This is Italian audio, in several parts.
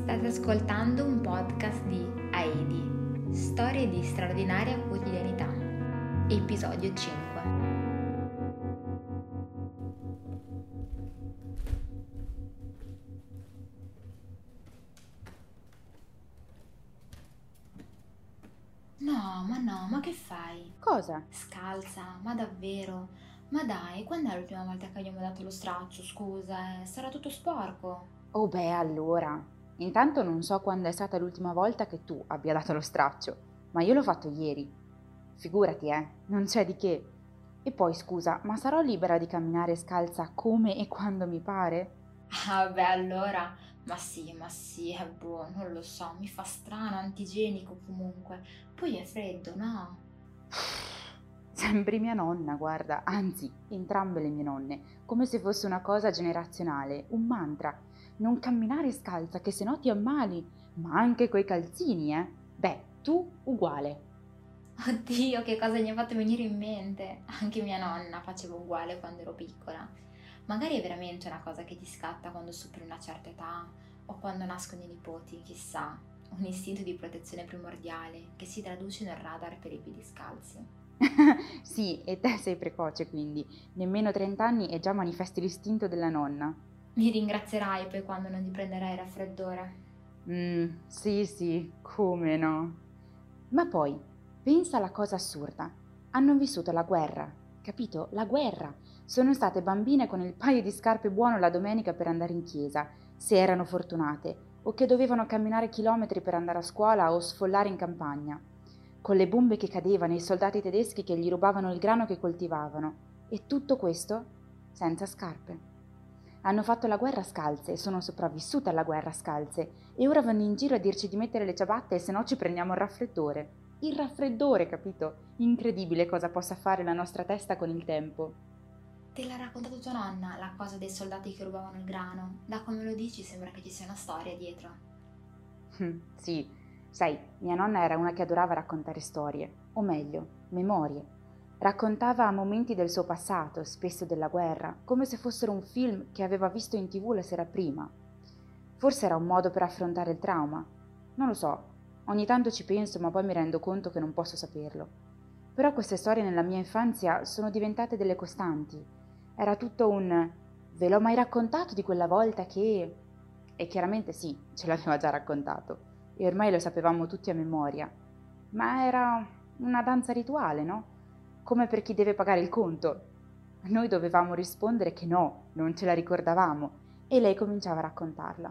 State ascoltando un podcast di Aedi, storie di straordinaria quotidianità, episodio 5. No, ma che fai? Cosa? Scalza, ma davvero? Ma dai, quando è l'ultima volta che abbiamo dato lo straccio? Scusa, sarà tutto sporco. Oh beh, allora. Intanto non so quando è stata l'ultima volta che tu abbia dato lo straccio, ma io l'ho fatto ieri. Figurati, non c'è di che. E poi scusa, ma sarò libera di camminare scalza come e quando mi pare? Ah, beh, allora, ma sì, boh, non lo so, mi fa strano, antigenico comunque. Poi è freddo, no? Sembri mia nonna, guarda, anzi, entrambe le mie nonne, come se fosse una cosa generazionale, un mantra. Non camminare scalza, che se no ti ammali, ma anche coi calzini, eh? Beh, tu uguale. Oddio, che cosa mi ha fatto venire in mente? Anche mia nonna faceva uguale quando ero piccola. Magari è veramente una cosa che ti scatta quando superi una certa età o quando nascono i nipoti, chissà. Un istinto di protezione primordiale che si traduce nel radar per i piedi scalzi. Sì, e te sei precoce quindi, nemmeno 30 anni e già manifesti l'istinto della nonna. Mi ringrazierai poi quando non ti prenderai il raffreddore. Sì, come no. Ma poi, pensa alla cosa assurda. Hanno vissuto la guerra, capito? La guerra. Sono state bambine con il paio di scarpe buono la domenica per andare in chiesa, se erano fortunate, o che dovevano camminare chilometri per andare a scuola o sfollare in campagna, con le bombe che cadevano e i soldati tedeschi che gli rubavano il grano che coltivavano, e tutto questo senza scarpe. Hanno fatto la guerra scalze e sono sopravvissute alla guerra scalze e ora vanno in giro a dirci di mettere le ciabatte se no ci prendiamo il raffreddore. Il raffreddore, capito? Incredibile cosa possa fare la nostra testa con il tempo. Te l'ha raccontato tua nonna, la cosa dei soldati che rubavano il grano? Da come lo dici sembra che ci sia una storia dietro. Sì, sai, mia nonna era una che adorava raccontare storie, o meglio, memorie. Raccontava momenti del suo passato, spesso della guerra, come se fossero un film che aveva visto in TV la sera prima. Forse era un modo per affrontare il trauma. Non lo so, ogni tanto ci penso ma poi mi rendo conto che non posso saperlo. Però queste storie nella mia infanzia sono diventate delle costanti. Era tutto un ve l'ho mai raccontato di quella volta che... E chiaramente sì, ce l'aveva già raccontato, e ormai lo sapevamo tutti a memoria. Ma era una danza rituale, no? Come per chi deve pagare il conto. Noi dovevamo rispondere che no, non ce la ricordavamo, e lei cominciava a raccontarla.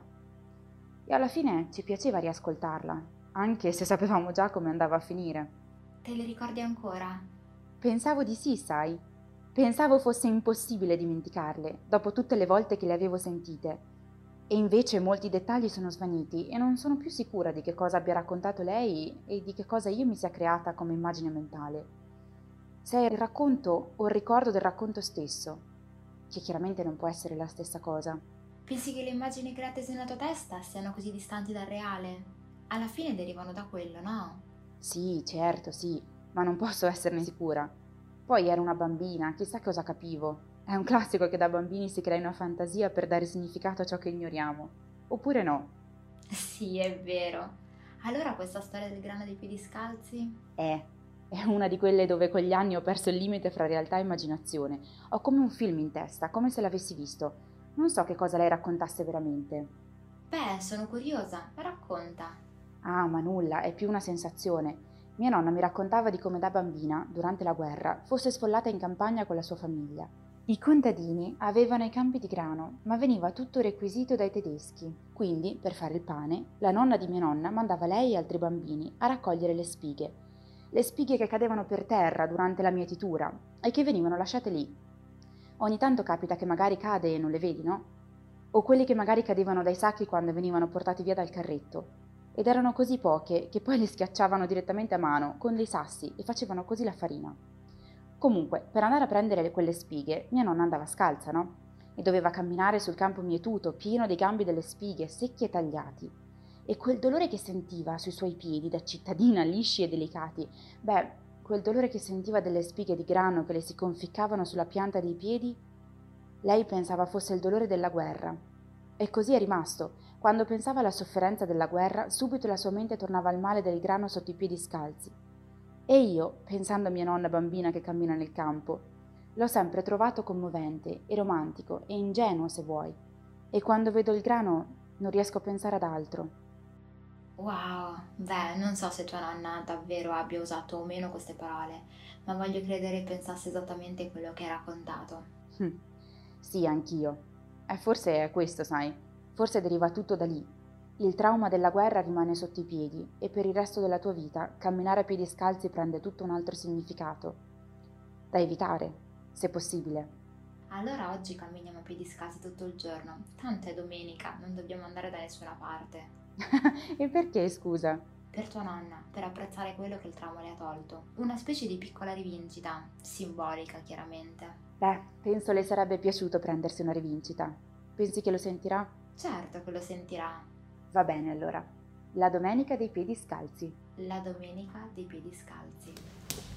E alla fine ci piaceva riascoltarla, anche se sapevamo già come andava a finire. Te le ricordi ancora? Pensavo di sì, sai. Pensavo fosse impossibile dimenticarle, dopo tutte le volte che le avevo sentite. E invece molti dettagli sono svaniti e non sono più sicura di che cosa abbia raccontato lei e di che cosa io mi sia creata come immagine mentale. Se è il racconto o il ricordo del racconto stesso, che chiaramente non può essere la stessa cosa. Pensi che le immagini create nella tua testa siano così distanti dal reale? Alla fine derivano da quello, no? Sì, certo, sì, ma non posso esserne sicura. Poi ero una bambina, chissà cosa capivo. È un classico che da bambini si crei una fantasia per dare significato a ciò che ignoriamo. Oppure no? Sì, è vero. Allora questa storia del grano dei piedi scalzi? È una di quelle dove con gli anni ho perso il limite fra realtà e immaginazione. Ho come un film in testa, come se l'avessi visto. Non so che cosa lei raccontasse veramente. Beh, sono curiosa, racconta. Ah, ma nulla, è più una sensazione. Mia nonna mi raccontava di come da bambina, durante la guerra, fosse sfollata in campagna con la sua famiglia. I contadini avevano i campi di grano, ma veniva tutto requisito dai tedeschi. Quindi, per fare il pane, la nonna di mia nonna mandava lei e altri bambini a raccogliere le spighe che cadevano per terra durante la mietitura e che venivano lasciate lì. Ogni tanto capita che magari cade e non le vedi, no? O quelli che magari cadevano dai sacchi quando venivano portati via dal carretto. Ed erano così poche che poi le schiacciavano direttamente a mano con dei sassi e facevano così la farina. Comunque, per andare a prendere quelle spighe, mia nonna andava scalza, no? E doveva camminare sul campo mietuto, pieno dei gambi delle spighe, secchi e tagliati. E quel dolore che sentiva sui suoi piedi, da cittadina lisci e delicati, beh, quel dolore che sentiva delle spighe di grano che le si conficcavano sulla pianta dei piedi, lei pensava fosse il dolore della guerra. E così è rimasto. Quando pensava alla sofferenza della guerra, subito la sua mente tornava al male del grano sotto i piedi scalzi. E io, pensando a mia nonna bambina che cammina nel campo, l'ho sempre trovato commovente e romantico e ingenuo se vuoi. E quando vedo il grano non riesco a pensare ad altro. Wow, beh, non so se tua nonna davvero abbia usato o meno queste parole, ma voglio credere pensasse esattamente quello che hai raccontato. Hm. Sì, anch'io. E forse è questo, sai. Forse deriva tutto da lì. Il trauma della guerra rimane sotto i piedi e per il resto della tua vita camminare a piedi scalzi prende tutto un altro significato. Da evitare, se possibile. Allora oggi camminiamo a piedi scalzi tutto il giorno, tanto è domenica, non dobbiamo andare da nessuna parte. E perché, scusa? Per tua nonna, per apprezzare quello che il trauma le ha tolto. Una specie di piccola rivincita, simbolica chiaramente. Beh, penso le sarebbe piaciuto prendersi una rivincita. Pensi che lo sentirà? Certo che lo sentirà. Va bene allora. La domenica dei piedi scalzi. La domenica dei piedi scalzi.